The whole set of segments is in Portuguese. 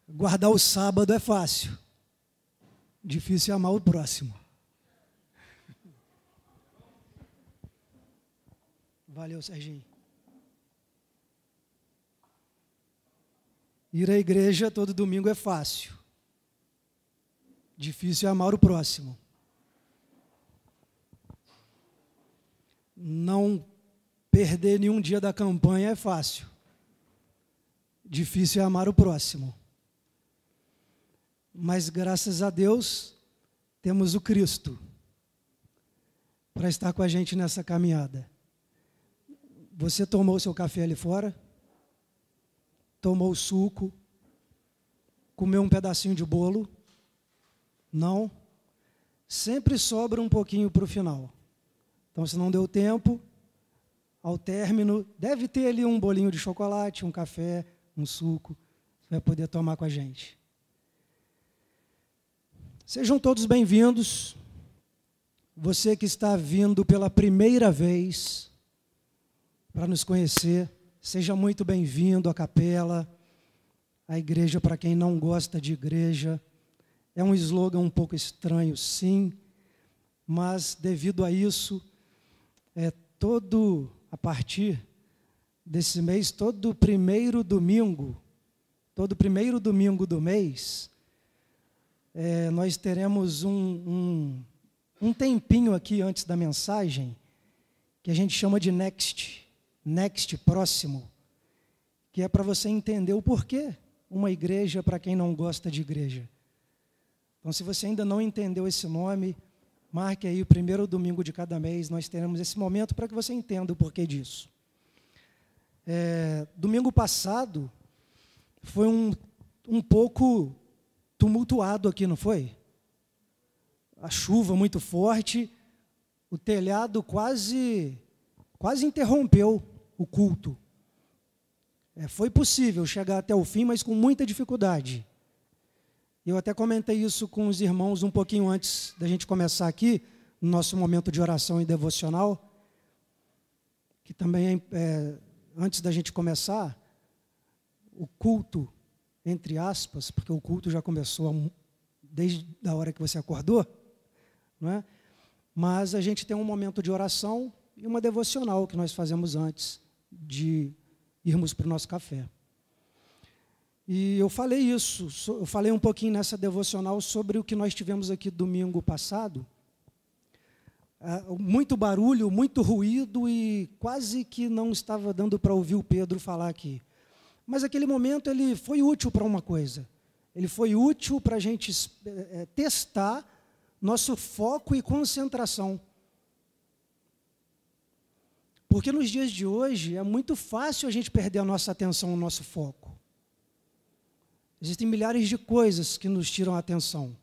Guardar o sábado é fácil. Difícil é amar o próximo. Valeu, Serginho. Ir à igreja todo domingo é fácil. Difícil é amar o próximo. Não perder nenhum dia da campanha é fácil. Difícil é amar o próximo. Mas, graças a Deus, temos o Cristo para estar com a gente nessa caminhada. Você tomou seu café ali fora? Tomou o suco? Comeu um pedacinho de bolo? Não? Sempre sobra um pouquinho para o final. Então, se não deu tempo, ao término, deve ter ali um bolinho de chocolate, um café, um suco, você vai poder tomar com a gente. Sejam todos bem-vindos. Você que está vindo pela primeira vez para nos conhecer, seja muito bem-vindo à capela, à igreja para quem não gosta de igreja. É um slogan um pouco estranho, sim, mas devido a isso, a partir desse mês, todo primeiro domingo do mês, nós teremos um tempinho aqui antes da mensagem, que a gente chama de Next, próximo, que é para você entender o porquê uma igreja para quem não gosta de igreja. Então, se você ainda não entendeu esse nome, marque aí o primeiro domingo de cada mês, nós teremos esse momento para que você entenda o porquê disso. Domingo passado foi um pouco tumultuado aqui, não foi? A chuva muito forte, o telhado quase interrompeu o culto. Foi possível chegar até o fim, mas com muita dificuldade. Eu até comentei isso com os irmãos um pouquinho antes da gente começar aqui, no nosso momento de oração e devocional, que também, antes da gente começar, o culto, entre aspas, porque o culto já começou desde a hora que você acordou, não é? Mas a gente tem um momento de oração e uma devocional que nós fazemos antes de irmos para o nosso café. E eu falei eu falei um pouquinho nessa devocional sobre o que nós tivemos aqui domingo passado. Muito barulho, muito ruído e quase que não estava dando para ouvir o Pedro falar aqui. Mas aquele momento ele foi útil para uma coisa. Ele foi útil para a gente testar nosso foco e concentração. Porque nos dias de hoje é muito fácil a gente perder a nossa atenção, o nosso foco. Existem milhares de coisas que nos tiram a atenção.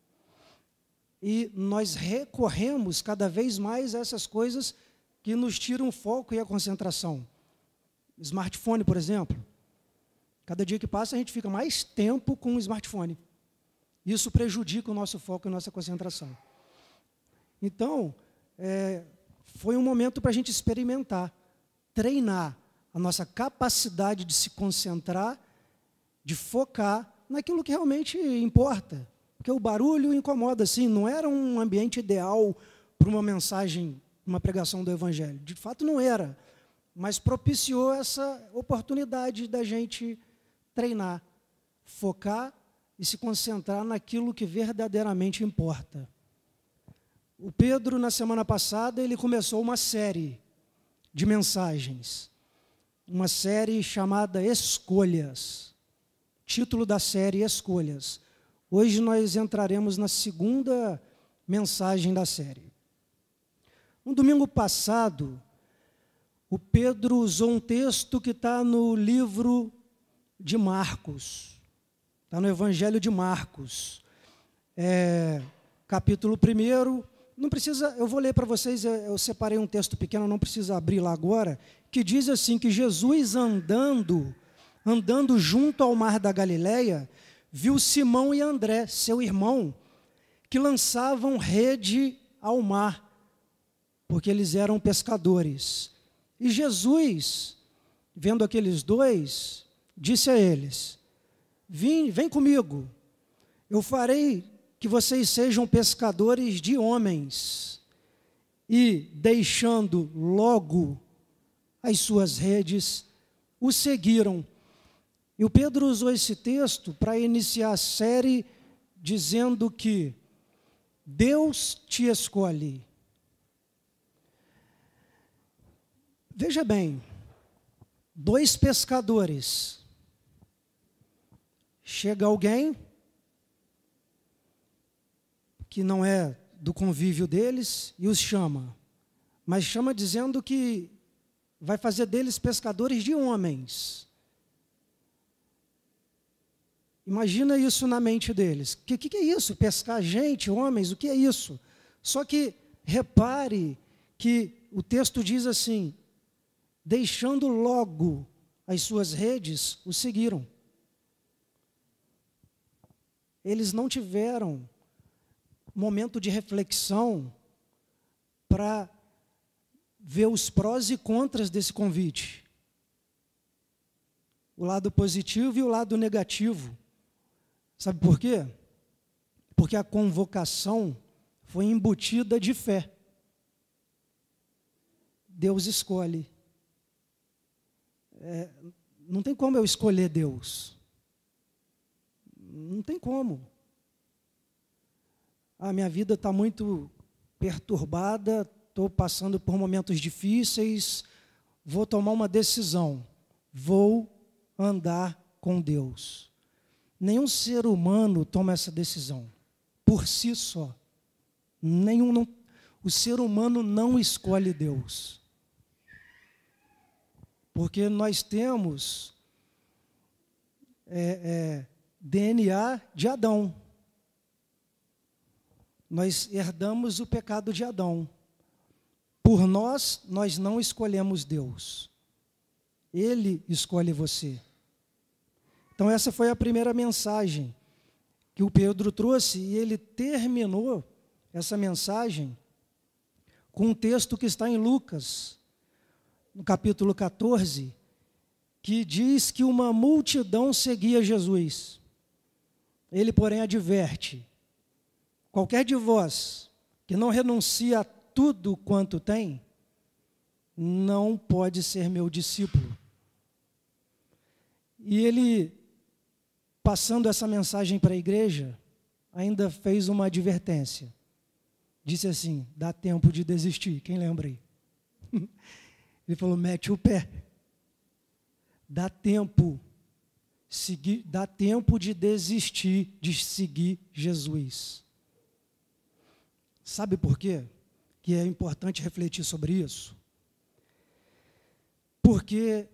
E nós recorremos cada vez mais a essas coisas que nos tiram o foco e a concentração. Smartphone, por exemplo. Cada dia que passa, a gente fica mais tempo com o smartphone. Isso prejudica o nosso foco e a nossa concentração. Então, foi um momento para a gente experimentar, treinar a nossa capacidade de se concentrar, de focar naquilo que realmente importa. Porque o barulho incomoda, assim, não era um ambiente ideal para uma mensagem, uma pregação do Evangelho. De fato, não era. Mas propiciou essa oportunidade da gente treinar, focar e se concentrar naquilo que verdadeiramente importa. O Pedro, na semana passada, ele começou uma série de mensagens. Uma série chamada Escolhas. Título da série, Escolhas. Hoje nós entraremos na segunda mensagem da série. No domingo passado, o Pedro usou um texto que está no livro de Marcos. Está no Evangelho de Marcos. Capítulo 1. Não precisa, eu vou ler para vocês, eu separei um texto pequeno, não precisa abrir lá agora, que diz assim, que Jesus andando junto ao mar da Galileia, viu Simão e André, seu irmão, que lançavam rede ao mar, porque eles eram pescadores. E Jesus, vendo aqueles dois, disse a eles: vem comigo, eu farei que vocês sejam pescadores de homens. E, deixando logo as suas redes, o seguiram. E o Pedro usou esse texto para iniciar a série dizendo que Deus te escolhe. Veja bem, 2 pescadores. Chega alguém que não é do convívio deles e os chama. Mas chama dizendo que vai fazer deles pescadores de homens. Imagina isso na mente deles. O que é isso? Pescar gente, homens, o que é isso? Só que repare que o texto diz assim, deixando logo as suas redes, o seguiram. Eles não tiveram momento de reflexão para ver os prós e contras desse convite. O lado positivo e o lado negativo. Sabe por quê? Porque a convocação foi embutida de fé. Deus escolhe. Não tem como eu escolher Deus. Não tem como. A minha vida está muito perturbada, estou passando por momentos difíceis, vou tomar uma decisão, vou andar com Deus. Nenhum ser humano toma essa decisão, por si só. O ser humano não escolhe Deus. Porque nós temos DNA de Adão. Nós herdamos o pecado de Adão. Por nós não escolhemos Deus. Ele escolhe você. Então essa foi a primeira mensagem que o Pedro trouxe, e ele terminou essa mensagem com um texto que está em Lucas, no capítulo 14, que diz que uma multidão seguia Jesus. Ele, porém, adverte: qualquer de vós que não renuncia a tudo quanto tem, não pode ser meu discípulo. E ele, passando essa mensagem para a igreja, ainda fez uma advertência. Disse assim: dá tempo de desistir. Quem lembra aí? Ele falou: mete o pé. Dá tempo de desistir de seguir Jesus. Sabe por quê que é importante refletir sobre isso? Porque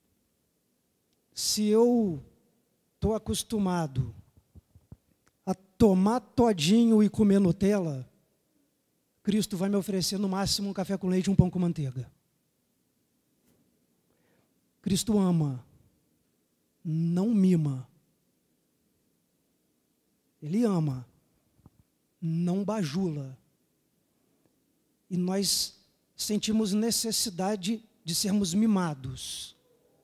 se eu estou acostumado a tomar todinho e comer Nutella, Cristo vai me oferecer no máximo um café com leite e um pão com manteiga. Cristo ama, não mima. Ele ama, não bajula. E nós sentimos necessidade de sermos mimados.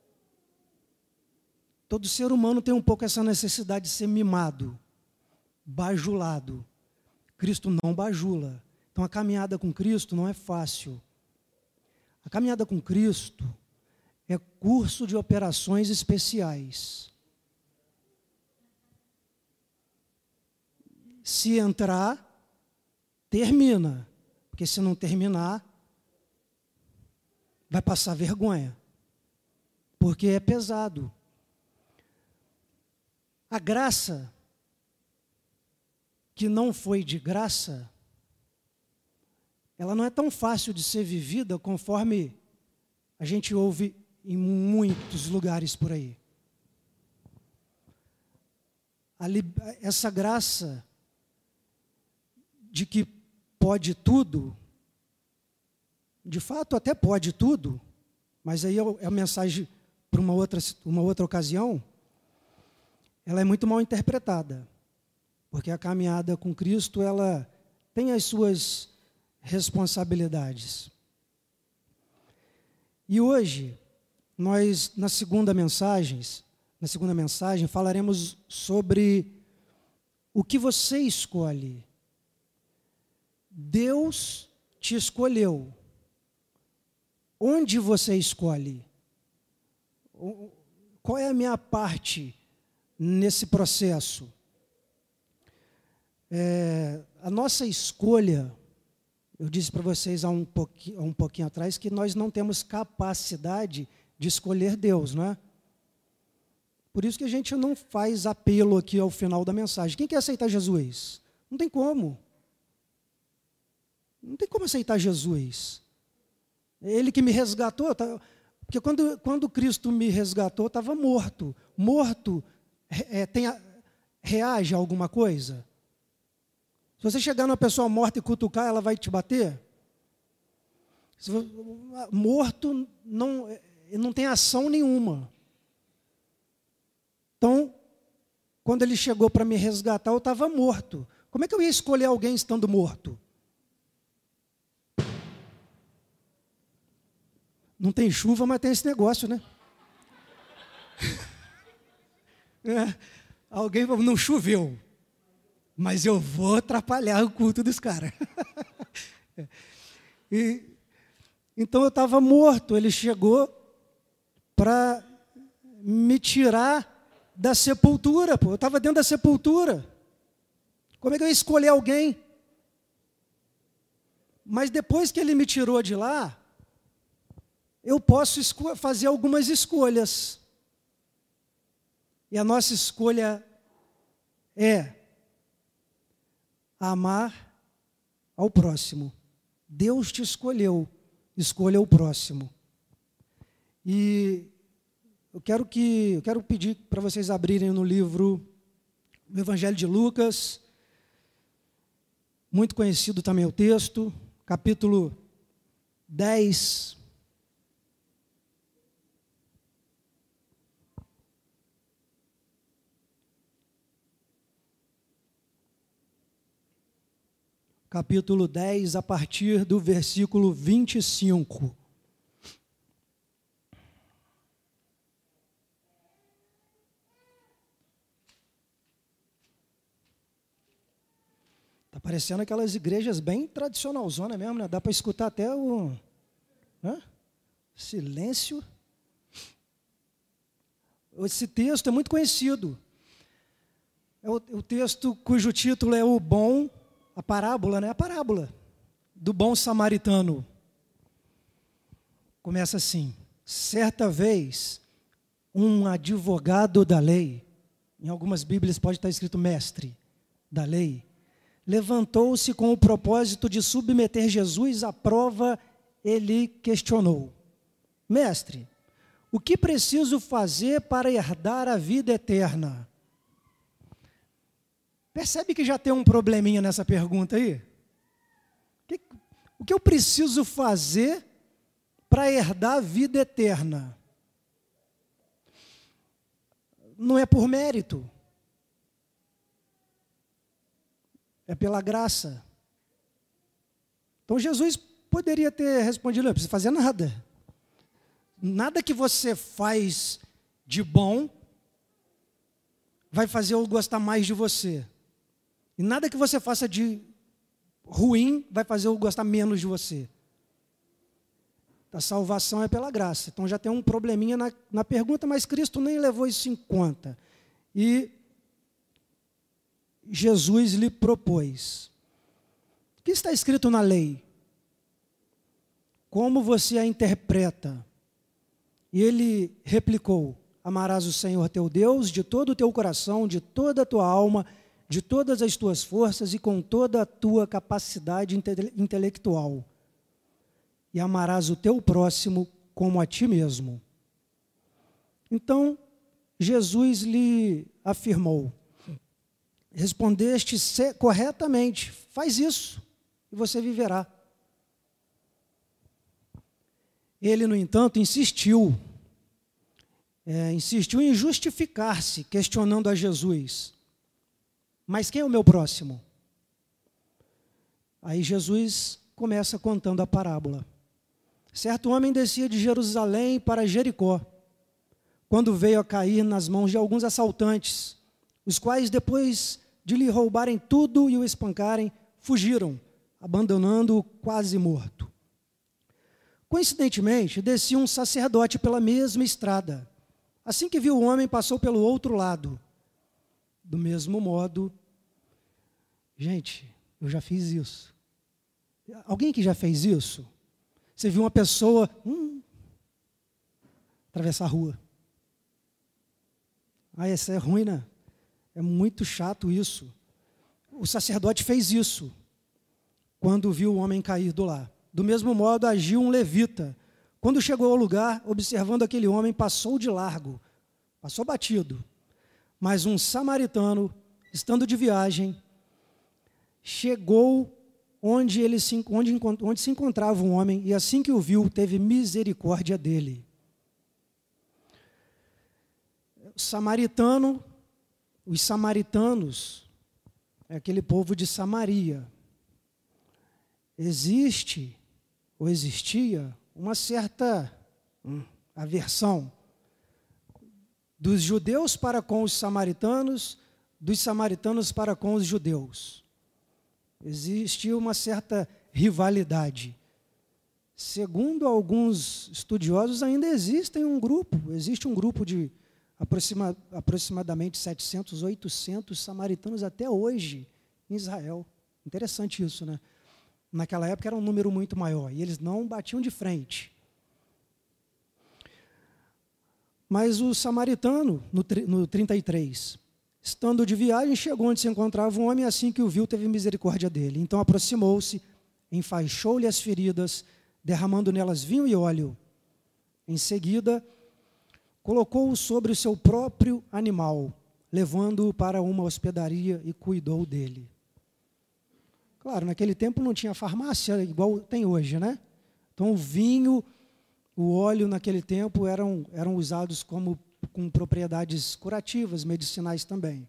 Todo ser humano tem um pouco essa necessidade de ser mimado, bajulado. Cristo não bajula. Então a caminhada com Cristo não é fácil. A caminhada com Cristo é curso de operações especiais. Se entrar, termina. Porque se não terminar, vai passar vergonha. Porque é pesado. A graça, que não foi de graça, ela não é tão fácil de ser vivida conforme a gente ouve em muitos lugares por aí. Essa graça de que pode tudo, de fato até pode tudo, mas aí é a mensagem para uma outra ocasião, ela é muito mal interpretada, porque a caminhada com Cristo, ela tem as suas responsabilidades. E hoje, nós, na segunda mensagem, na segunda mensagem, falaremos sobre o que você escolhe. Deus te escolheu. Onde você escolhe? Qual é a minha parte nesse processo? A nossa escolha, eu disse para vocês há um pouquinho atrás que nós não temos capacidade de escolher Deus, não é? Por isso que a gente não faz apelo aqui ao final da mensagem. Quem quer aceitar Jesus? Não tem como. Não tem como aceitar Jesus. Ele que me resgatou, porque quando Cristo me resgatou, estava morto. Morto reage a alguma coisa? Se você chegar numa pessoa morta e cutucar, ela vai te bater? Morto não tem ação nenhuma. Então, quando ele chegou para me resgatar, eu estava morto. Como é que eu ia escolher alguém estando morto? Não tem chuva, mas tem esse negócio, né? Alguém falou, não choveu, mas eu vou atrapalhar o culto dos caras. Então eu estava morto, ele chegou para me tirar da sepultura, eu estava dentro da sepultura. Como é que eu ia escolher alguém? Mas depois que ele me tirou de lá, eu posso fazer algumas escolhas. E a nossa escolha é amar ao próximo. Deus te escolheu, escolha o próximo. E eu quero pedir para vocês abrirem no livro, no Evangelho de Lucas, muito conhecido também o texto, capítulo 10. Capítulo 10, a partir do versículo 25. Está parecendo aquelas igrejas bem tradicionalzona mesmo, né? Dá para escutar até o silêncio. Esse texto é muito conhecido. É o texto cujo título é a parábola, né? A parábola do bom samaritano. Começa assim: certa vez, um advogado da lei, em algumas Bíblias pode estar escrito mestre da lei, levantou-se com o propósito de submeter Jesus à prova. Ele questionou: mestre, o que preciso fazer para herdar a vida eterna? Percebe que já tem um probleminha nessa pergunta aí? O que eu preciso fazer para herdar a vida eterna? Não é por mérito. É pela graça. Então Jesus poderia ter respondido: não precisa fazer nada. Nada que você faz de bom vai fazer eu gostar mais de você. E nada que você faça de ruim vai fazer eu gostar menos de você. A salvação é pela graça. Então já tem um probleminha na pergunta, mas Cristo nem levou isso em conta. E Jesus lhe propôs: o que está escrito na lei? Como você a interpreta? E ele replicou: amarás o Senhor teu Deus de todo o teu coração, de toda a tua alma, de todas as tuas forças e com toda a tua capacidade intelectual. E amarás o teu próximo como a ti mesmo. Então, Jesus lhe afirmou: respondeste corretamente, faz isso e você viverá. Ele, no entanto, insistiu em justificar-se, questionando a Jesus: mas quem é o meu próximo? Aí Jesus começa contando a parábola. Certo homem descia de Jerusalém para Jericó, quando veio a cair nas mãos de alguns assaltantes, os quais, depois de lhe roubarem tudo e o espancarem, fugiram, abandonando-o quase morto. Coincidentemente, descia um sacerdote pela mesma estrada. Assim que viu o homem, passou pelo outro lado. Do mesmo modo, gente, eu já fiz isso. Alguém que já fez isso? Você viu uma pessoa atravessar a rua. Isso é ruim, né? É muito chato isso. O sacerdote fez isso quando viu o homem cair do lar. Do mesmo modo, agiu um levita. Quando chegou ao lugar, observando aquele homem, passou de largo, passou batido. Mas um samaritano, estando de viagem, chegou onde se encontrava um homem, e assim que o viu, teve misericórdia dele. Os samaritanos, é aquele povo de Samaria. Existe, ou existia, uma certa aversão dos judeus para com os samaritanos, dos samaritanos para com os judeus. Existia uma certa rivalidade. Segundo alguns estudiosos, ainda existe um grupo de aproximadamente 700, 800 samaritanos até hoje em Israel. Interessante isso, né? Naquela época era um número muito maior, e eles não batiam de frente. Mas o samaritano, no 33, estando de viagem, chegou onde se encontrava um homem, assim que o viu, teve misericórdia dele. Então aproximou-se, enfaixou-lhe as feridas, derramando nelas vinho e óleo. Em seguida, colocou-o sobre o seu próprio animal, levando-o para uma hospedaria e cuidou dele. Claro, naquele tempo não tinha farmácia igual tem hoje, né? Então o vinho, o óleo naquele tempo eram usados com propriedades curativas, medicinais também.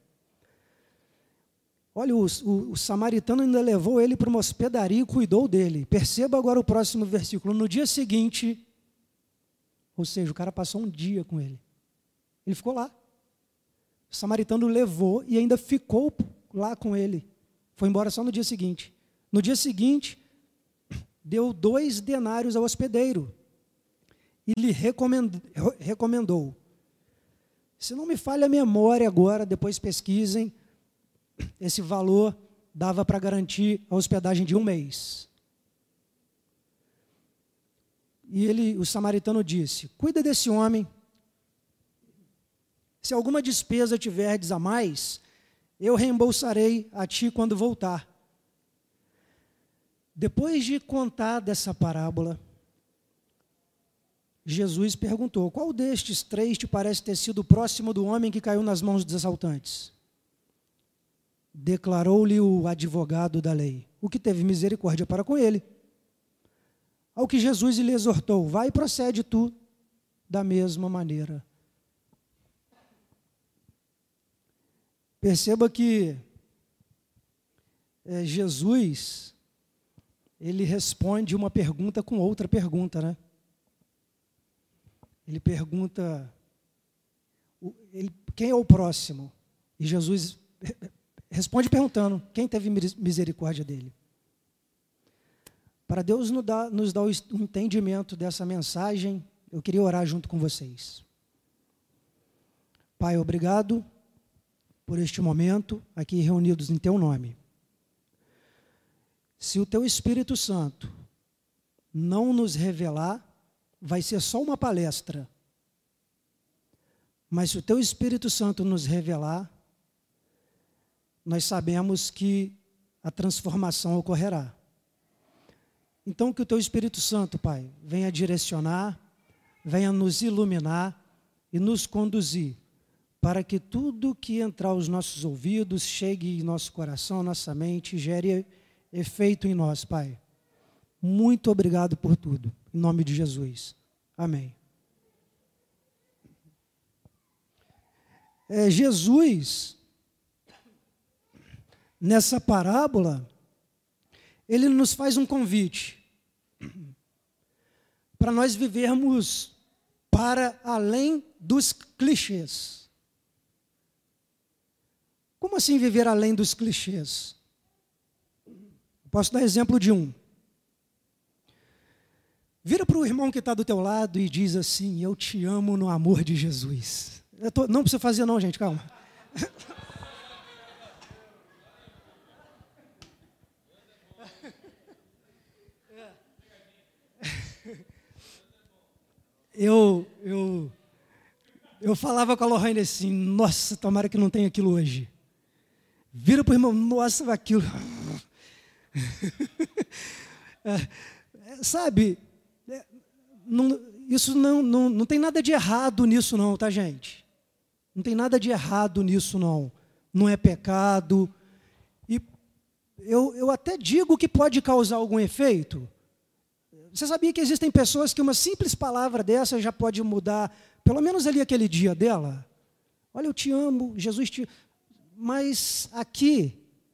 Olha, o samaritano ainda levou ele para uma hospedaria e cuidou dele. Perceba agora o próximo versículo. No dia seguinte, ou seja, o cara passou um dia com ele. Ele ficou lá. O samaritano levou e ainda ficou lá com ele. Foi embora só no dia seguinte. No dia seguinte, deu 2 denários ao hospedeiro e lhe recomendou. Se não me falha a memória agora, depois pesquisem, esse valor dava para garantir a hospedagem de 1 mês. E o samaritano disse: cuida desse homem. Se alguma despesa tiverdes a mais, eu reembolsarei a ti quando voltar. Depois de contar dessa parábola, Jesus perguntou: qual destes 3 te parece ter sido próximo do homem que caiu nas mãos dos assaltantes? Declarou-lhe o advogado da lei: o que teve misericórdia para com ele. Ao que Jesus lhe exortou: vai e procede tu da mesma maneira. Perceba que Jesus, ele responde uma pergunta com outra pergunta, né? Ele pergunta, quem é o próximo? E Jesus responde perguntando, quem teve misericórdia dele? Para Deus nos dar o entendimento dessa mensagem, eu queria orar junto com vocês. Pai, obrigado por este momento aqui reunidos em Teu nome. Se o Teu Espírito Santo não nos revelar, vai ser só uma palestra. Mas se o Teu Espírito Santo nos revelar, nós sabemos que a transformação ocorrerá. Então que o Teu Espírito Santo, Pai, venha direcionar, venha nos iluminar e nos conduzir, para que tudo que entrar aos nossos ouvidos, chegue em nosso coração, nossa mente, gere efeito em nós, Pai. Muito obrigado por tudo. Em nome de Jesus. Amém. Jesus, nessa parábola, ele nos faz um convite para nós vivermos para além dos clichês. Como assim viver além dos clichês? Posso dar exemplo de um. Vira para o irmão que está do teu lado e diz assim: eu te amo no amor de Jesus. Não precisa fazer não, gente, calma. Eu falava com a Lohane assim: nossa, tomara que não tenha aquilo hoje. Vira para o irmão: nossa, aquilo. Sabe, isso não tem nada de errado nisso não, tá, gente? Não tem nada de errado nisso não. Não é pecado. E eu até digo que pode causar algum efeito. Você sabia que existem pessoas que uma simples palavra dessa já pode mudar, pelo menos ali aquele dia dela? Olha, eu te amo, Jesus te... Mas aqui,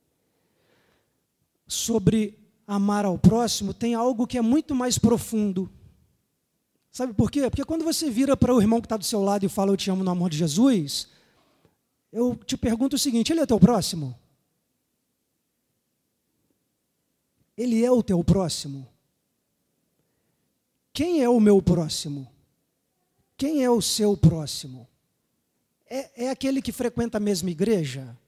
sobre amar ao próximo, tem algo que é muito mais profundo. Sabe por quê? Porque quando você vira para o irmão que está do seu lado e fala: eu te amo no amor de Jesus, eu te pergunto o seguinte: ele é teu próximo? Ele é o teu próximo? Quem é o meu próximo? Quem é o seu próximo? É aquele que frequenta a mesma igreja?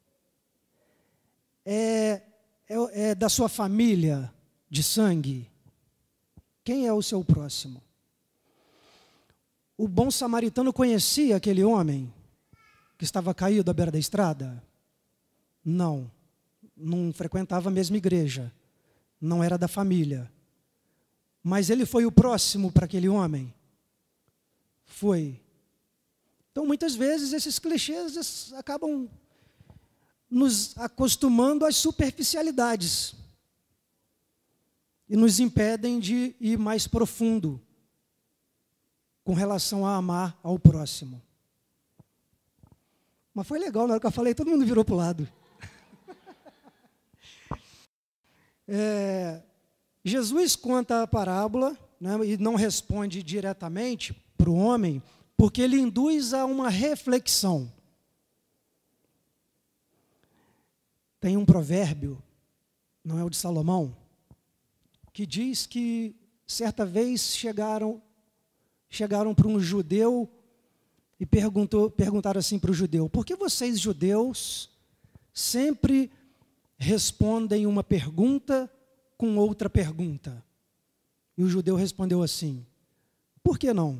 É da sua família de sangue? Quem é o seu próximo? O bom samaritano conhecia aquele homem que estava caído à beira da estrada? Não frequentava a mesma igreja, não era da família. Mas ele foi o próximo para aquele homem? Foi. Então, muitas vezes, esses clichês acabam nos acostumando às superficialidades e nos impedem de ir mais profundo com relação a amar ao próximo. Mas foi legal, na hora que eu falei, todo mundo virou para o lado. Jesus conta a parábola, né, e não responde diretamente para o homem, porque ele induz a uma reflexão. Tem um provérbio, não é o de Salomão, que diz que certa vez chegaram para um judeu e perguntaram assim para o judeu: por que vocês, judeus, sempre respondem uma pergunta com outra pergunta? E o judeu respondeu assim: por que não?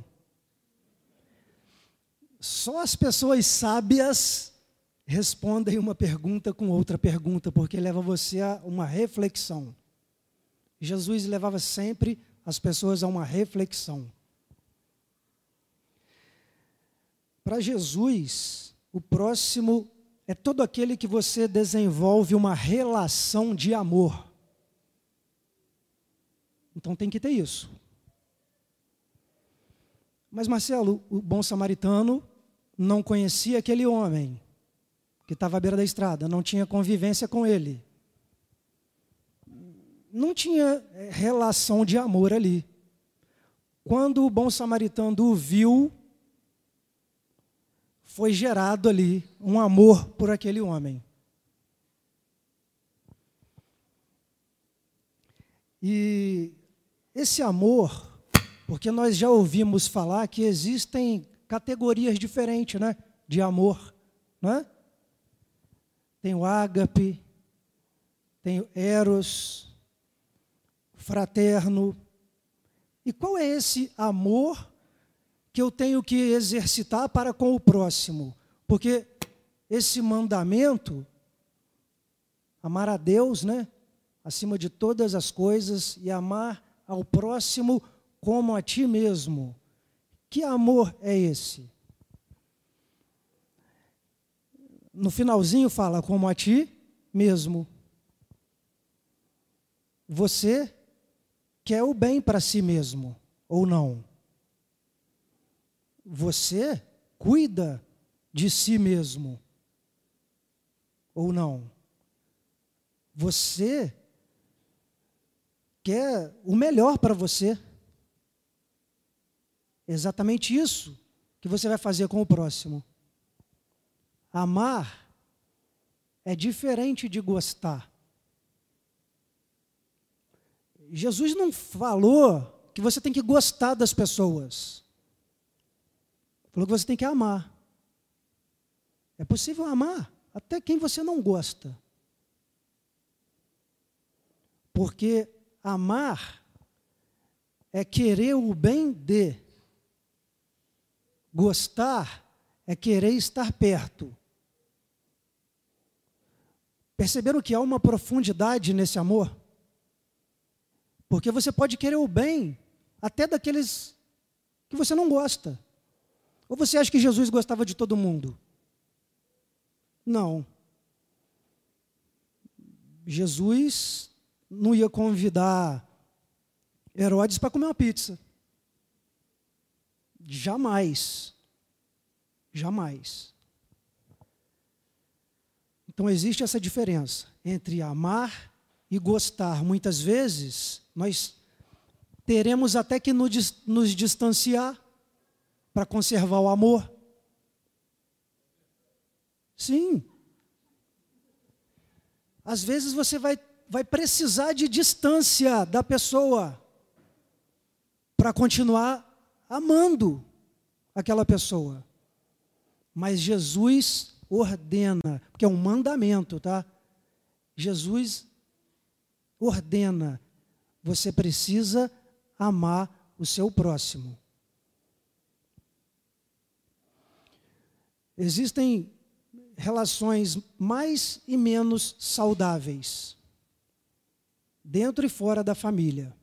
Só as pessoas sábias respondem uma pergunta com outra pergunta, porque leva você a uma reflexão. Jesus levava sempre as pessoas a uma reflexão. Para Jesus, o próximo é todo aquele que você desenvolve uma relação de amor. Então tem que ter isso. Mas Marcelo, o bom samaritano não conhecia aquele homem que estava à beira da estrada, não tinha convivência com ele. Não tinha relação de amor ali. Quando o bom samaritano o viu, foi gerado ali um amor por aquele homem. E esse amor, porque nós já ouvimos falar que existem categorias diferentes, né, de amor, né? Tem o ágape, tem o eros, fraterno. E qual é esse amor que eu tenho que exercitar para com o próximo? Porque esse mandamento, amar a Deus, né, acima de todas as coisas, e amar ao próximo como a ti mesmo. Que amor é esse? No finalzinho fala: como a ti mesmo. Você quer o bem para si mesmo, ou não? Você cuida de si mesmo, ou não? Você quer o melhor para você. É exatamente isso que você vai fazer com o próximo. Amar é diferente de gostar. Jesus não falou que você tem que gostar das pessoas. Falou que você tem que amar. É possível amar até quem você não gosta. Porque amar é querer o bem de. Gostar é querer estar perto. Perceberam que há uma profundidade nesse amor? Porque você pode querer o bem até daqueles que você não gosta. Ou você acha que Jesus gostava de todo mundo? Não. Jesus não ia convidar Herodes para comer uma pizza. Jamais. Jamais. Então existe essa diferença entre amar e gostar. Muitas vezes nós teremos até que nos distanciar para conservar o amor. Sim. Às vezes você vai precisar de distância da pessoa para continuar amando aquela pessoa. Mas Jesus ordena, porque é um mandamento, tá? Jesus ordena, você precisa amar o seu próximo. Existem relações mais e menos saudáveis, dentro e fora da família.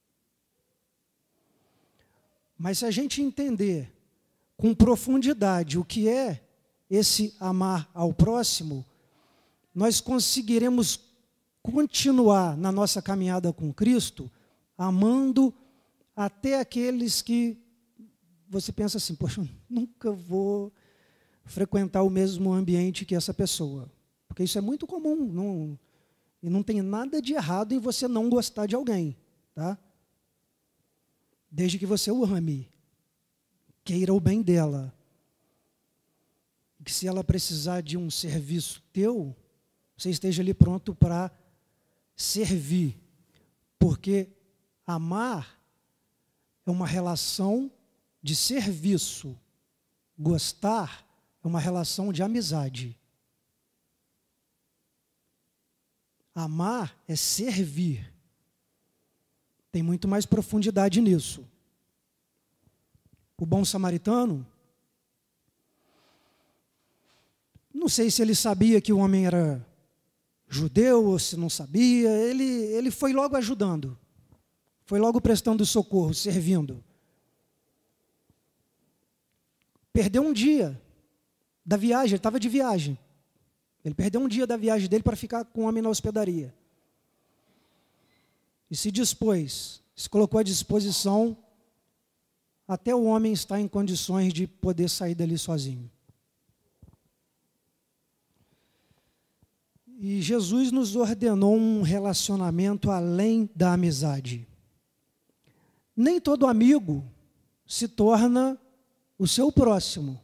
Mas se a gente entender com profundidade o que é esse amar ao próximo, nós conseguiremos continuar na nossa caminhada com Cristo, amando até aqueles que você pensa assim, poxa, eu nunca vou frequentar o mesmo ambiente que essa pessoa. Porque isso é muito comum, e não tem nada de errado em você não gostar de alguém, tá? Desde que você o ame, queira o bem dela. Que se ela precisar de um serviço teu, você esteja ali pronto para servir. Porque amar é uma relação de serviço. Gostar é uma relação de amizade. Amar é servir. Tem muito mais profundidade nisso. O bom samaritano, não sei se ele sabia que o homem era judeu ou se não sabia, ele foi logo ajudando, foi logo prestando socorro, servindo. Perdeu um dia da viagem, ele estava de viagem. Ele perdeu um dia da viagem dele para ficar com o homem na hospedaria. E se dispôs, se colocou à disposição, até o homem estar em condições de poder sair dali sozinho. E Jesus nos ordenou um relacionamento além da amizade. Nem todo amigo se torna o seu próximo.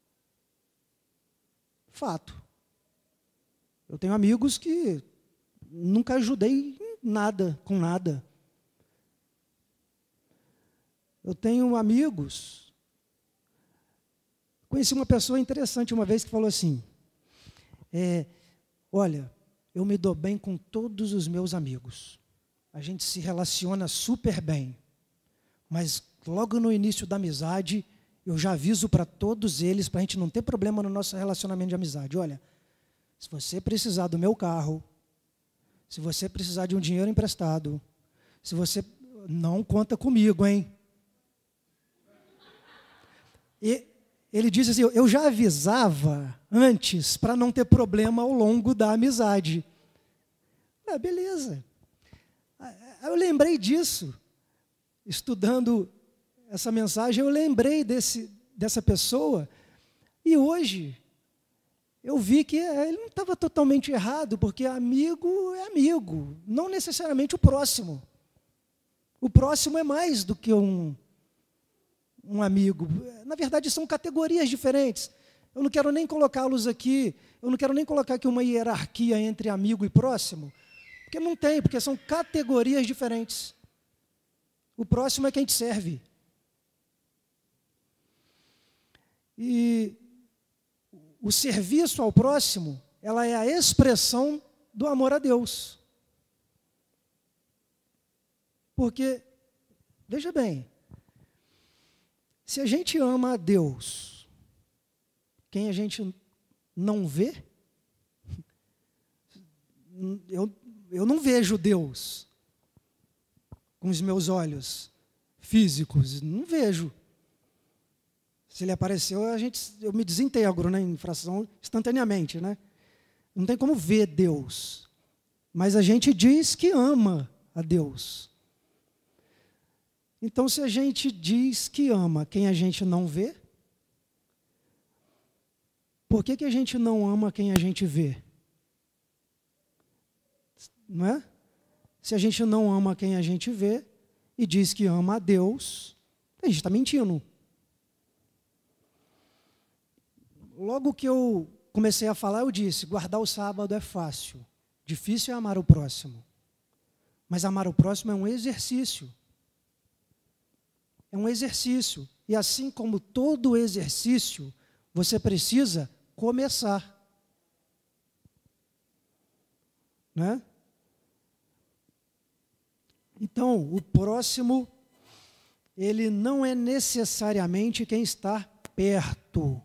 Fato. Eu tenho amigos que nunca ajudei em nada, com nada. Eu tenho amigos. Conheci uma pessoa interessante uma vez que falou assim, olha, eu me dou bem com todos os meus amigos. A gente se relaciona super bem. Mas logo no início da amizade, eu já aviso para todos eles, para a gente não ter problema no nosso relacionamento de amizade. Olha, se você precisar do meu carro, se você precisar de um dinheiro emprestado, se você não conta comigo, hein? E ele disse assim, eu já avisava antes para não ter problema ao longo da amizade. Beleza. Eu lembrei disso. Estudando essa mensagem, eu lembrei dessa pessoa. E hoje, eu vi que ele não estava totalmente errado, porque amigo é amigo, não necessariamente o próximo. O próximo é mais do que um um amigo. Na verdade, são categorias diferentes. Eu não quero nem colocá-los aqui, eu não quero nem colocar aqui uma hierarquia entre amigo e próximo, porque não tem, porque são categorias diferentes. O próximo é quem te serve. E o serviço ao próximo, ela é a expressão do amor a Deus. Porque, veja bem, se a gente ama a Deus, quem a gente não vê, eu não vejo Deus com os meus olhos físicos, não vejo. Se ele apareceu, eu me desintegro, né, em fração instantaneamente, né? Não tem como ver Deus. Mas a gente diz que ama a Deus. Então, se a gente diz que ama quem a gente não vê, por que a gente não ama quem a gente vê? Não é? Se a gente não ama quem a gente vê e diz que ama a Deus, a gente está mentindo. Logo que eu comecei a falar, eu disse, guardar o sábado é fácil. Difícil é amar o próximo. Mas amar o próximo é um exercício. É um exercício. E assim como todo exercício, você precisa começar. Né? Então, o próximo, ele não é necessariamente quem está perto.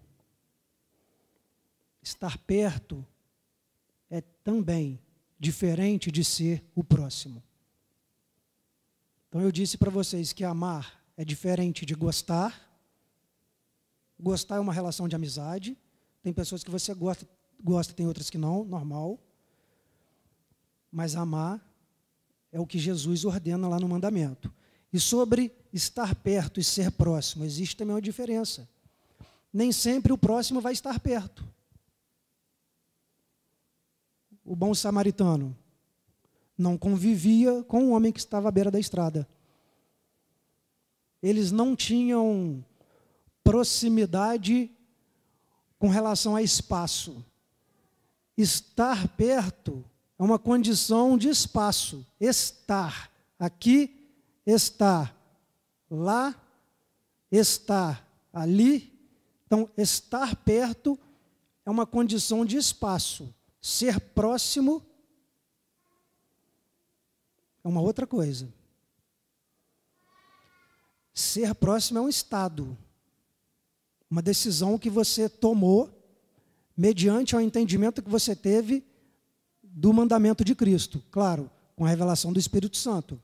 Estar perto é também diferente de ser o próximo. Então, eu disse para vocês que amar é diferente de gostar. Gostar é uma relação de amizade. Tem pessoas que você gosta, tem outras que não, normal. Mas amar é o que Jesus ordena lá no mandamento. E sobre estar perto e ser próximo, existe também uma diferença. Nem sempre o próximo vai estar perto. O bom samaritano não convivia com o homem que estava à beira da estrada. Eles não tinham proximidade com relação a espaço. Estar perto é uma condição de espaço. Estar aqui, estar lá, estar ali. Então, estar perto é uma condição de espaço. Ser próximo é uma outra coisa. Ser próximo é um estado, uma decisão que você tomou mediante ao entendimento que você teve do mandamento de Cristo, claro, com a revelação do Espírito Santo.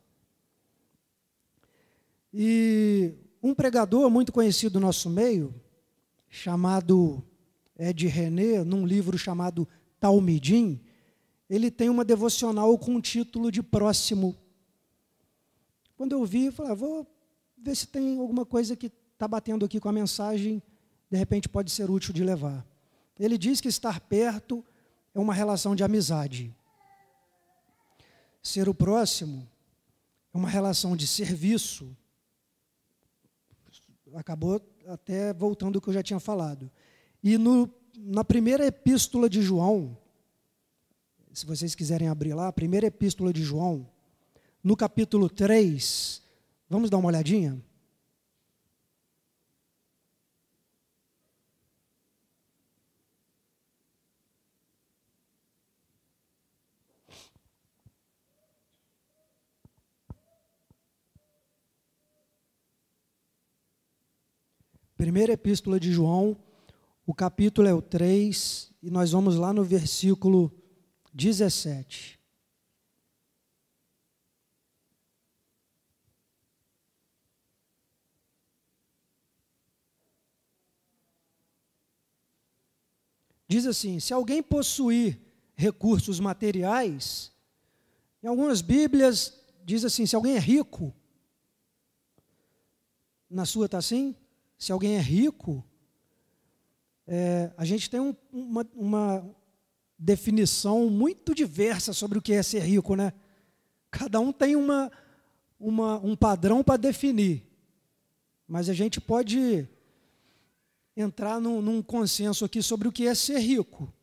E um pregador muito conhecido no nosso meio, chamado Ed René, num livro chamado Talmidim, ele tem uma devocional com o título de Próximo. Quando eu vi, eu falei, vou ver se tem alguma coisa que está batendo aqui com a mensagem, de repente pode ser útil de levar. Ele diz que estar perto é uma relação de amizade. Ser o próximo é uma relação de serviço. Acabou até voltando ao que eu já tinha falado. E na primeira epístola de João, se vocês quiserem abrir lá, a primeira epístola de João, no capítulo 3, vamos dar uma olhadinha? Primeira epístola de João, o capítulo é o 3, e nós vamos lá no versículo 17. Diz assim, se alguém possuir recursos materiais, em algumas Bíblias diz assim, se alguém é rico, na sua está assim? Se alguém é rico, a gente tem uma definição muito diversa sobre o que é ser rico, né? Cada um tem um padrão para definir. mas a gente pode entrar num consenso aqui sobre o que é ser rico.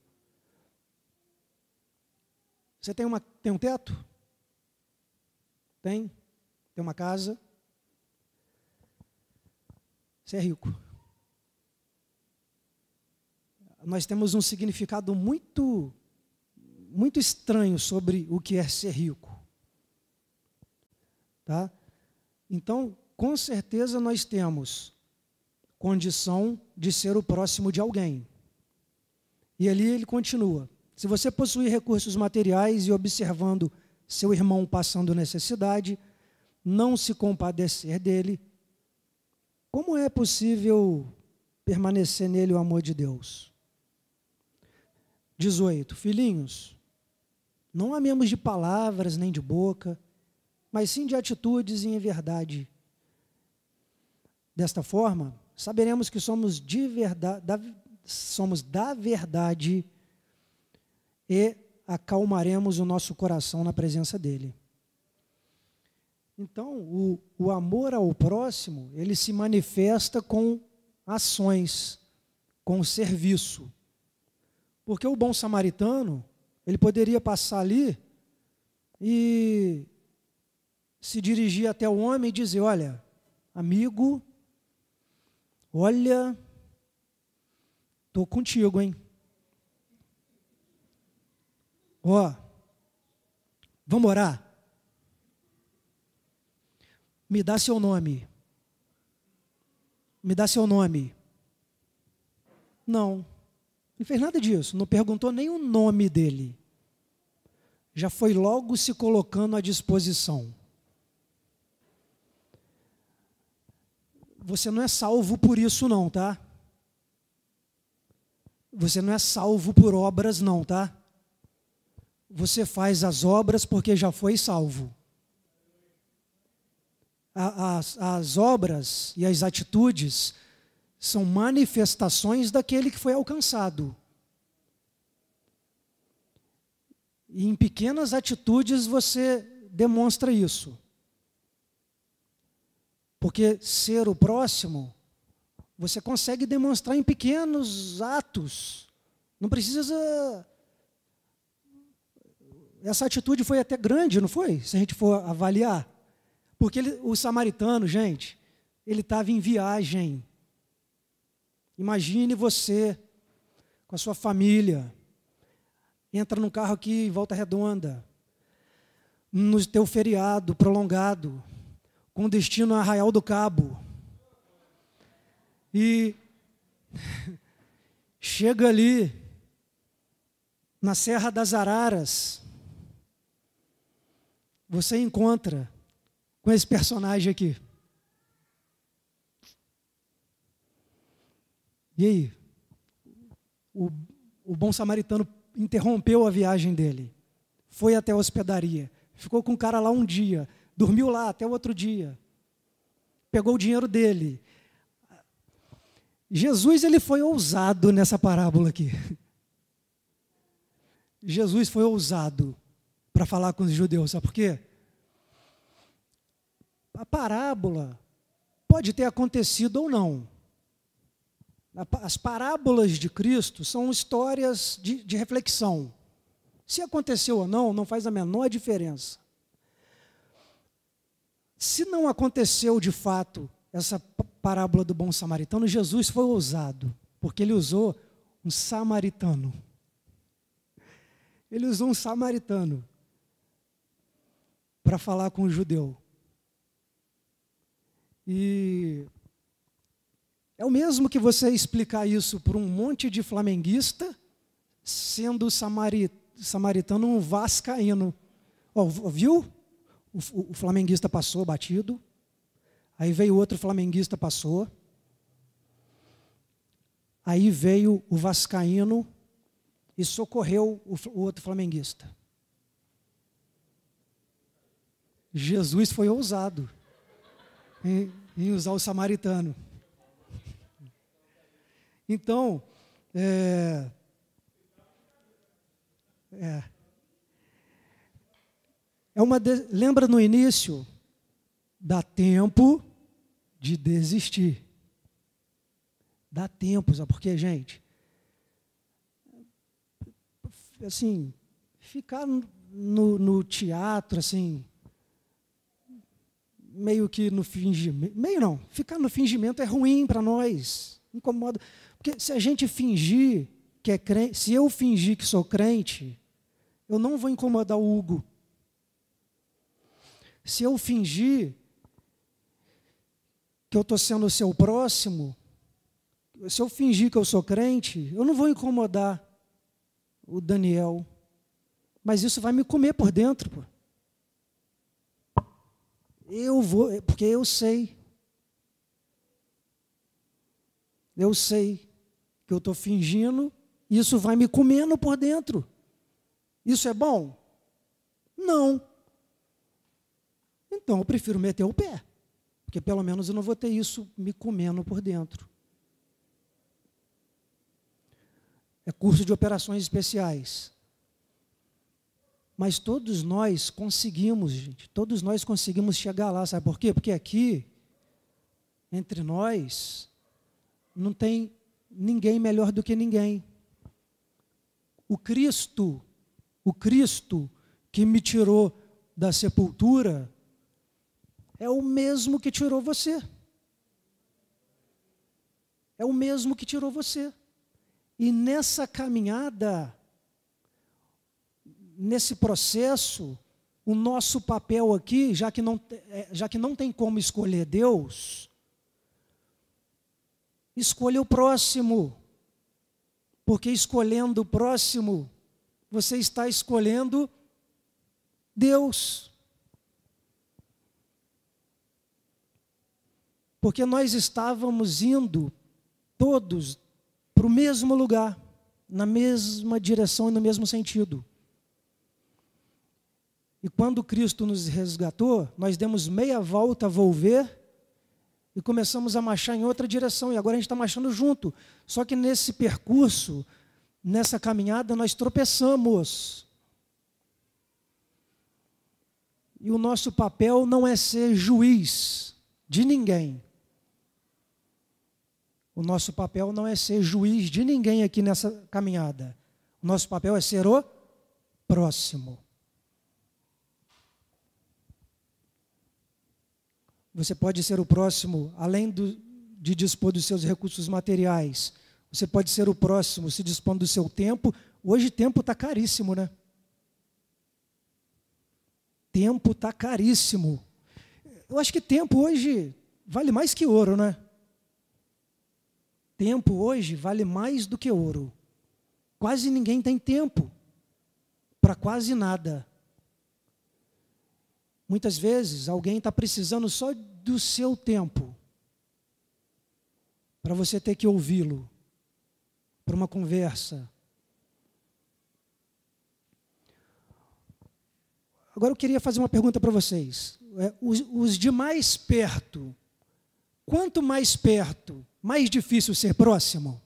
Você tem um teto? Tem? Tem uma casa? Você é rico. Nós temos um significado muito estranho sobre o que é ser rico. Tá? Então, com certeza nós temos condição de ser o próximo de alguém. E ali ele continua. Se você possuir recursos materiais e observando seu irmão passando necessidade, não se compadecer dele, como é possível permanecer nele o amor de Deus? 18. Filhinhos, não amemos de palavras nem de boca, mas sim de atitudes e em verdade. Desta forma, saberemos que somos da verdade e acalmaremos o nosso coração na presença dele. Então, o amor ao próximo, ele se manifesta com ações, com serviço. Porque o bom samaritano, ele poderia passar ali e se dirigir até o homem e dizer, olha, amigo, olha, estou contigo, hein? Ó, vamos orar? Me dá seu nome. Me dá seu nome. Não fez nada disso, não perguntou nem o nome dele. Já foi logo se colocando à disposição. Você não é salvo por isso não, tá? Você não é salvo por obras não, tá? Você faz as obras porque já foi salvo. As obras e as atitudes são manifestações daquele que foi alcançado. E em pequenas atitudes você demonstra isso. Porque ser o próximo, você consegue demonstrar em pequenos atos. Não precisa... Essa atitude foi até grande, não foi? Se a gente for avaliar. Porque o samaritano, gente, ele estava em viagem. Imagine você, com a sua família, entra num carro aqui em Volta Redonda, no teu feriado prolongado, com destino a Arraial do Cabo. E chega ali, na Serra das Araras, você encontra com esse personagem aqui. E aí? O bom samaritano interrompeu a viagem dele. Foi até a hospedaria. Ficou com o cara lá um dia. Dormiu lá até o outro dia. Pegou o dinheiro dele. Jesus, ele foi ousado nessa parábola aqui. Jesus foi ousado para falar com os judeus. Sabe por quê? A parábola pode ter acontecido ou não. As parábolas de Cristo são histórias de reflexão. Se aconteceu ou não faz a menor diferença. Se não aconteceu de fato essa parábola do bom samaritano, Jesus foi ousado, porque ele usou um samaritano. Ele usou um samaritano para falar com o judeu. E é o mesmo que você explicar isso para um monte de flamenguista, sendo o samaritano um vascaíno. Viu? O flamenguista passou batido, aí veio outro flamenguista, passou, aí veio o vascaíno e socorreu o outro flamenguista. Jesus foi ousado em usar o samaritano. Então, lembra no início? Dá tempo de desistir. Dá tempo, sabe por quê, gente? Assim, ficar no teatro, assim, meio que no fingimento. Meio não, ficar no fingimento é ruim para nós, incomoda. Porque se a gente fingir que é crente, se eu fingir que sou crente, eu não vou incomodar o Hugo. Se eu fingir que eu estou sendo o seu próximo, se eu fingir que eu sou crente, eu não vou incomodar o Daniel. Mas isso vai me comer por dentro. Pô. Eu vou, porque eu sei. Eu sei que eu estou fingindo, e isso vai me comendo por dentro. Isso é bom? Não. Então eu prefiro meter o pé, porque pelo menos eu não vou ter isso me comendo por dentro. É curso de operações especiais. Mas todos nós conseguimos, gente, todos nós conseguimos chegar lá, sabe por quê? Porque aqui, entre nós, não tem ninguém melhor do que ninguém. O Cristo que me tirou da sepultura, é o mesmo que tirou você. É o mesmo que tirou você. E nessa caminhada, nesse processo, o nosso papel aqui, já que não tem como escolher Deus, escolha o próximo. Porque escolhendo o próximo, você está escolhendo Deus. Porque nós estávamos indo todos para o mesmo lugar, na mesma direção e no mesmo sentido. E quando Cristo nos resgatou, nós demos meia volta a volver e começamos a marchar em outra direção. E agora a gente está marchando junto. Só que nesse percurso, nessa caminhada, nós tropeçamos. E o nosso papel não é ser juiz de ninguém. O nosso papel não é ser juiz de ninguém aqui nessa caminhada. O nosso papel é ser o próximo. Você pode ser o próximo, além de dispor dos seus recursos materiais. Você pode ser o próximo se dispondo do seu tempo. Hoje tempo está caríssimo, né? Tempo está caríssimo. Eu acho que tempo hoje vale mais que ouro, né? Tempo hoje vale mais do que ouro. Quase ninguém tem tempo para quase nada. Muitas vezes alguém está precisando só do seu tempo para você ter que ouvi-lo, para uma conversa. Agora eu queria fazer uma pergunta para vocês. Os de mais perto, quanto mais perto, mais difícil ser próximo?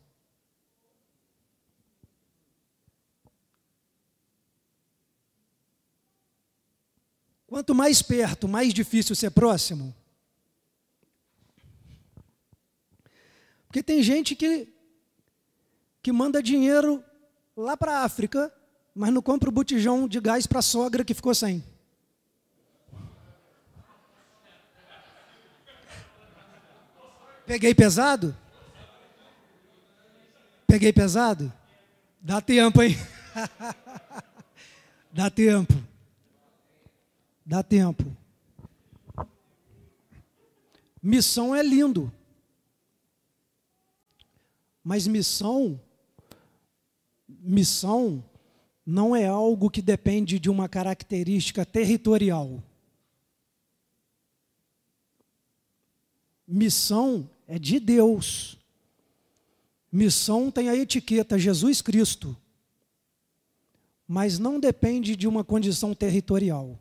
Quanto mais perto, mais difícil ser próximo? Porque tem gente que manda dinheiro lá para a África, mas não compra o botijão de gás para a sogra que ficou sem. Peguei pesado? Peguei pesado? Dá tempo, hein? Dá tempo. Dá tempo. Missão é lindo. Mas missão não é algo que depende de uma característica territorial. Missão é de Deus. Missão tem a etiqueta Jesus Cristo. Mas não depende de uma condição territorial.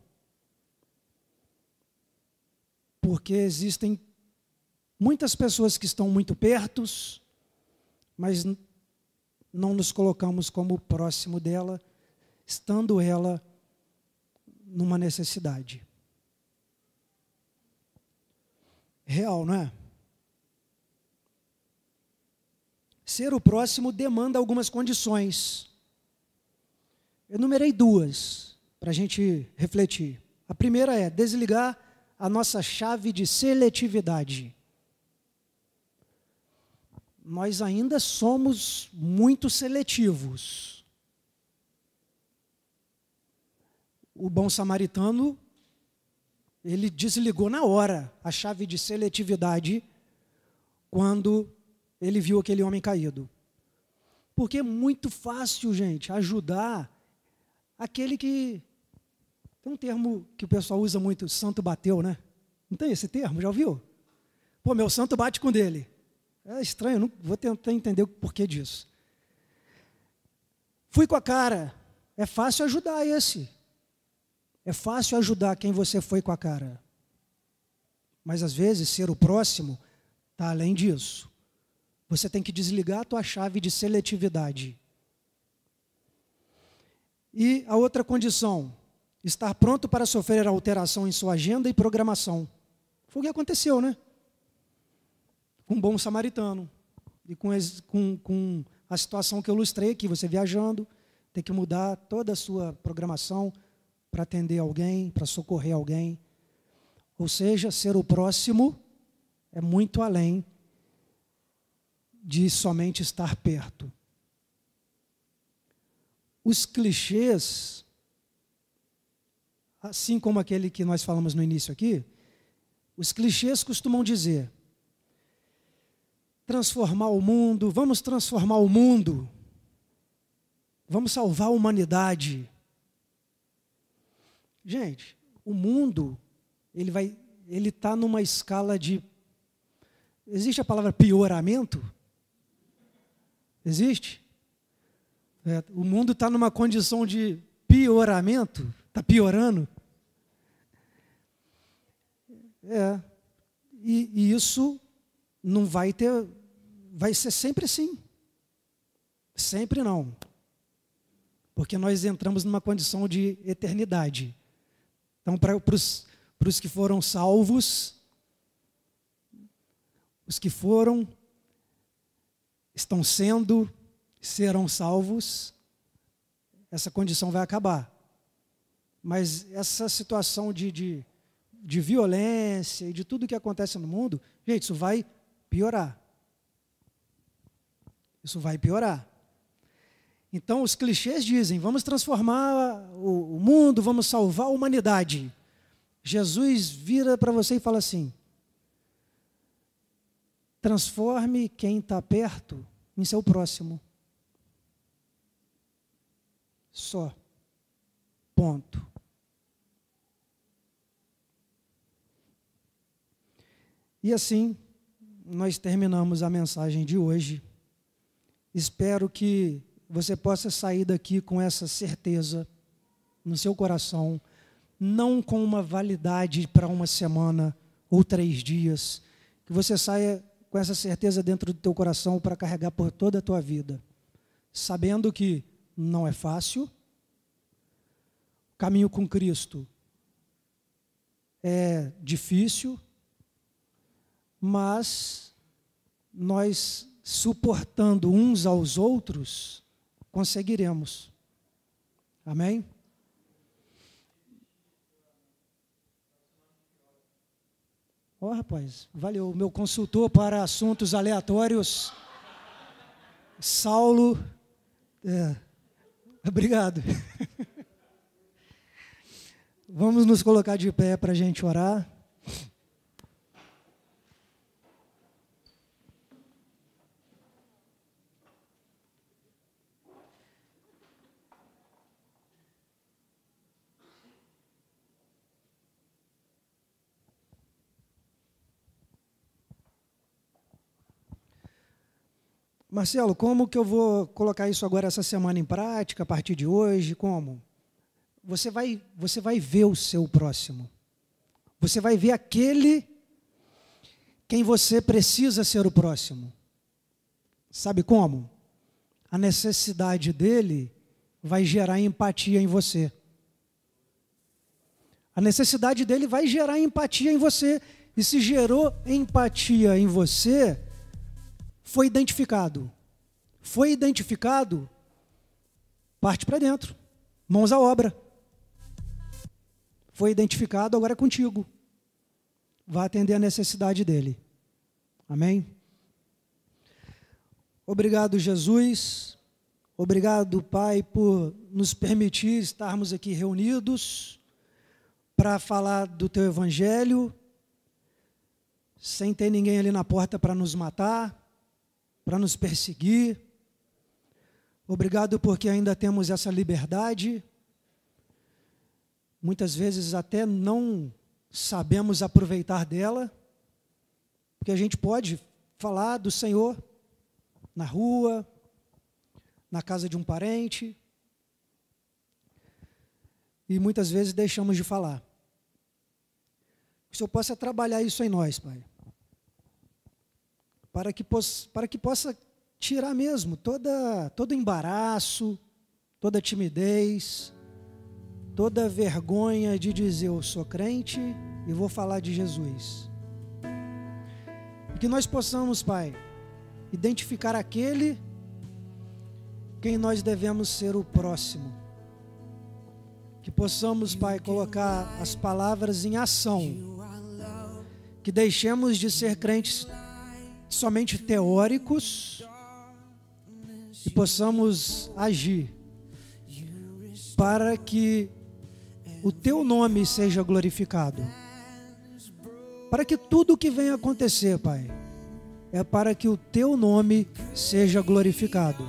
Porque existem muitas pessoas que estão muito perto, mas não nos colocamos como próximo dela, estando ela numa necessidade. Real, não é? ser o próximo demanda algumas condições. Eu enumerei duas para a gente refletir. A primeira é desligar a nossa chave de seletividade. Nós ainda somos muito seletivos. O bom samaritano, ele desligou na hora a chave de seletividade quando ele viu aquele homem caído. Porque é muito fácil, gente, ajudar aquele que... Tem um termo que o pessoal usa muito, santo bateu, né? Não tem esse termo? Já ouviu? Pô, meu santo bate com o dele. É estranho, não vou tentar entender o porquê disso. Fui com a cara. É fácil ajudar esse. É fácil ajudar quem você foi com a cara. Mas, às vezes, ser o próximo está além disso. Você tem que desligar a tua chave de seletividade. E a outra condição, estar pronto para sofrer alteração em sua agenda e programação. Foi o que aconteceu, né? Com um bom samaritano. E com a situação que eu ilustrei aqui, você viajando, tem que mudar toda a sua programação para atender alguém, para socorrer alguém. Ou seja, ser o próximo é muito além de somente estar perto. Os clichês, assim como aquele que nós falamos no início aqui, os clichês costumam dizer: transformar o mundo, vamos transformar o mundo, vamos salvar a humanidade. Gente, o mundo, ele está numa escala de... Existe a palavra pioramento? Existe? O mundo está numa condição de pioramento, está piorando. E isso não vai ter, vai ser sempre assim. Sempre não. Porque nós entramos numa condição de eternidade. Então, para os que foram salvos, os que foram, estão sendo, serão salvos, essa condição vai acabar. Mas essa situação de violência e de tudo que acontece no mundo, gente, isso vai piorar. Isso vai piorar. Então, os clichês dizem, vamos transformar o mundo, vamos salvar a humanidade. Jesus vira para você e fala assim: transforme quem está perto em seu próximo. Só. Ponto. E assim, nós terminamos a mensagem de hoje. Espero que você possa sair daqui com essa certeza no seu coração, não com uma validade para uma semana ou 3 dias, que você saia com essa certeza dentro do teu coração para carregar por toda a tua vida, sabendo que não é fácil, o caminho com Cristo é difícil, mas nós, suportando uns aos outros, conseguiremos. Amém? Rapaz, valeu. Meu consultor para assuntos aleatórios, Saulo. Obrigado. Vamos nos colocar de pé para a gente orar. Marcelo, como que eu vou colocar isso agora essa semana em prática, a partir de hoje? Como? Você vai ver o seu próximo. Você vai ver aquele quem você precisa ser o próximo. Sabe como? A necessidade dele vai gerar empatia em você. A necessidade dele vai gerar empatia em você. E se gerou empatia em você, foi identificado. Foi identificado, parte para dentro, mãos à obra. Foi identificado, agora é contigo. Vai atender a necessidade dele. Amém? Obrigado, Jesus. Obrigado, Pai, por nos permitir estarmos aqui reunidos para falar do Teu Evangelho, sem ter ninguém ali na porta para nos matar, para nos perseguir. Obrigado porque ainda temos essa liberdade. Muitas vezes até não sabemos aproveitar dela, porque a gente pode falar do Senhor na rua, na casa de um parente, e muitas vezes deixamos de falar. Que o Senhor possa trabalhar isso em nós, Pai, para que possa tirar mesmo todo embaraço, toda timidez, toda vergonha de dizer eu sou crente e vou falar de Jesus. E que nós possamos, Pai, identificar aquele quem nós devemos ser o próximo. Que possamos, Pai, colocar as palavras em ação. Que deixemos de ser crentes somente teóricos e possamos agir para que o Teu nome seja glorificado. Para que tudo o que venha acontecer, Pai, é para que o Teu nome seja glorificado.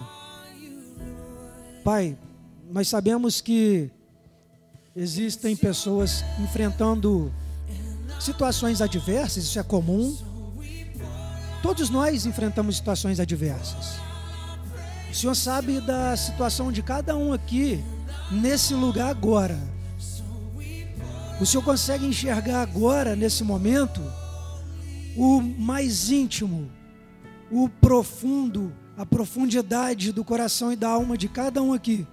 Pai, nós sabemos que existem pessoas enfrentando situações adversas, isso é comum. Todos nós enfrentamos situações adversas. O Senhor sabe da situação de cada um aqui, nesse lugar agora. O Senhor consegue enxergar agora, nesse momento, o mais íntimo, o profundo, a profundidade do coração e da alma de cada um aqui.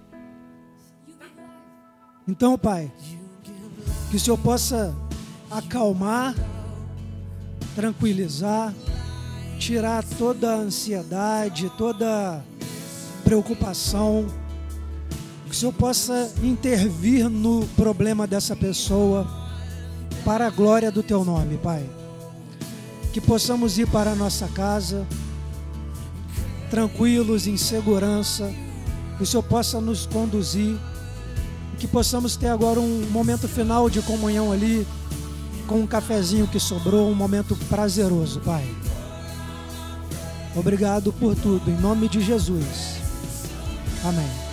Então, Pai, que o Senhor possa acalmar, tranquilizar, tirar toda a ansiedade, toda a preocupação, que o Senhor possa intervir no problema dessa pessoa para a glória do Teu nome, Pai. Que possamos ir para a nossa casa tranquilos, em segurança, que o Senhor possa nos conduzir, que possamos ter agora um momento final de comunhão ali, com um cafezinho que sobrou, um momento prazeroso, Pai. Obrigado por tudo, em nome de Jesus. Amém.